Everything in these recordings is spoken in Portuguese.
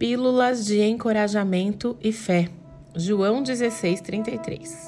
Pílulas de encorajamento e fé. João 16:33.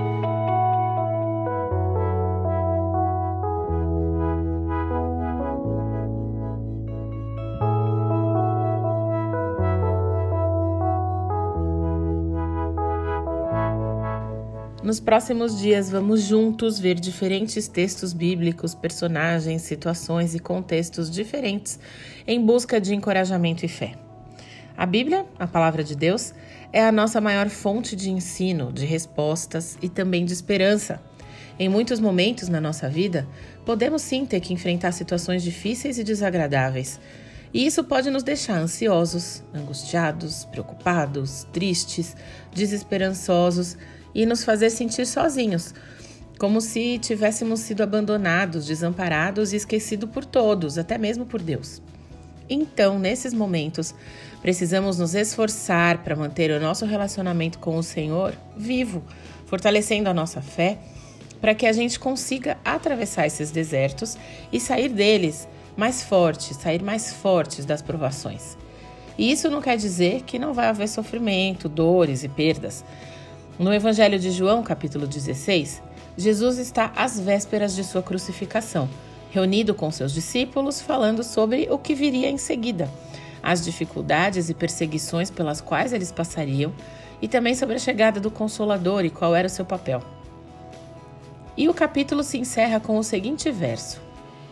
Nos próximos dias, vamos juntos ver diferentes textos bíblicos, personagens, situações e contextos diferentes em busca de encorajamento e fé. A Bíblia, a Palavra de Deus, é a nossa maior fonte de ensino, de respostas e também de esperança. Em muitos momentos na nossa vida, podemos sim ter que enfrentar situações difíceis e desagradáveis. E isso pode nos deixar ansiosos, angustiados, preocupados, tristes, desesperançosos e nos fazer sentir sozinhos, como se tivéssemos sido abandonados, desamparados e esquecidos por todos, até mesmo por Deus. Então, nesses momentos, precisamos nos esforçar para manter o nosso relacionamento com o Senhor vivo, fortalecendo a nossa fé, para que a gente consiga atravessar esses desertos e sair deles sair mais fortes das provações. E isso não quer dizer que não vai haver sofrimento, dores e perdas. No Evangelho de João, capítulo 16, Jesus está às vésperas de sua crucificação, reunido com seus discípulos, falando sobre o que viria em seguida, as dificuldades e perseguições pelas quais eles passariam e também sobre a chegada do Consolador e qual era o seu papel. E o capítulo se encerra com o seguinte verso: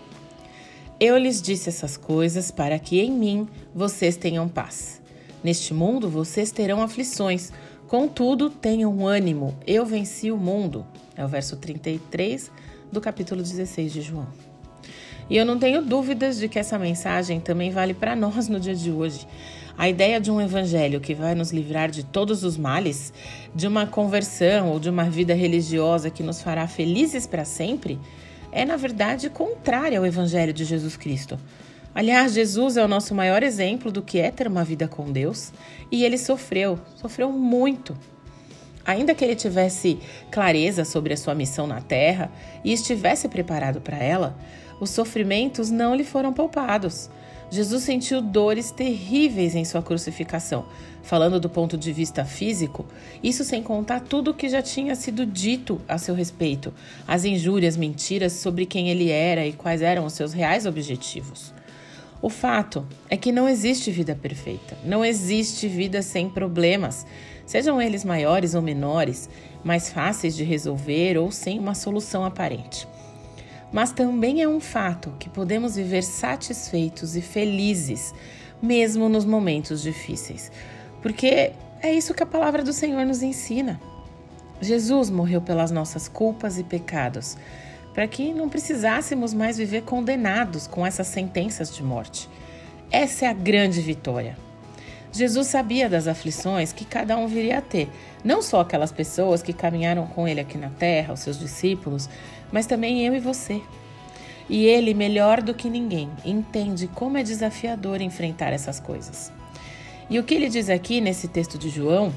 Eu lhes disse essas coisas para que em mim vocês tenham paz. Neste mundo vocês terão aflições, contudo tenham ânimo, eu venci o mundo. É o verso 33 do capítulo 16 de João. E eu não tenho dúvidas de que essa mensagem também vale para nós no dia de hoje. A ideia de um evangelho que vai nos livrar de todos os males, de uma conversão ou de uma vida religiosa que nos fará felizes para sempre, é na verdade contrária ao evangelho de Jesus Cristo. Aliás, Jesus é o nosso maior exemplo do que é ter uma vida com Deus, e ele sofreu muito. Ainda que ele tivesse clareza sobre a sua missão na terra e estivesse preparado para ela, os sofrimentos não lhe foram poupados. Jesus sentiu dores terríveis em sua crucificação. Falando do ponto de vista físico, isso sem contar tudo o que já tinha sido dito a seu respeito, as injúrias, mentiras sobre quem ele era e quais eram os seus reais objetivos. O fato é que não existe vida perfeita, não existe vida sem problemas, sejam eles maiores ou menores, mais fáceis de resolver ou sem uma solução aparente. Mas também é um fato que podemos viver satisfeitos e felizes, mesmo nos momentos difíceis, porque é isso que a palavra do Senhor nos ensina. Jesus morreu pelas nossas culpas e pecados, para que não precisássemos mais viver condenados com essas sentenças de morte. Essa é a grande vitória. Jesus sabia das aflições que cada um viria a ter, não só aquelas pessoas que caminharam com ele aqui na terra, os seus discípulos, mas também eu e você. E ele, melhor do que ninguém, entende como é desafiador enfrentar essas coisas. E o que ele diz aqui nesse texto de João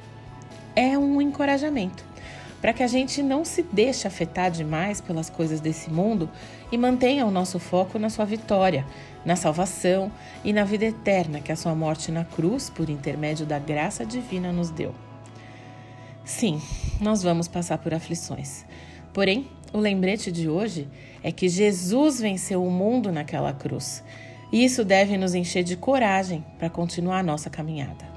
é um encorajamento, para que a gente não se deixe afetar demais pelas coisas desse mundo e mantenha o nosso foco na sua vitória, na salvação e na vida eterna que a sua morte na cruz, por intermédio da graça divina, nos deu. Sim, nós vamos passar por aflições. Porém, o lembrete de hoje é que Jesus venceu o mundo naquela cruz. E isso deve nos encher de coragem para continuar a nossa caminhada.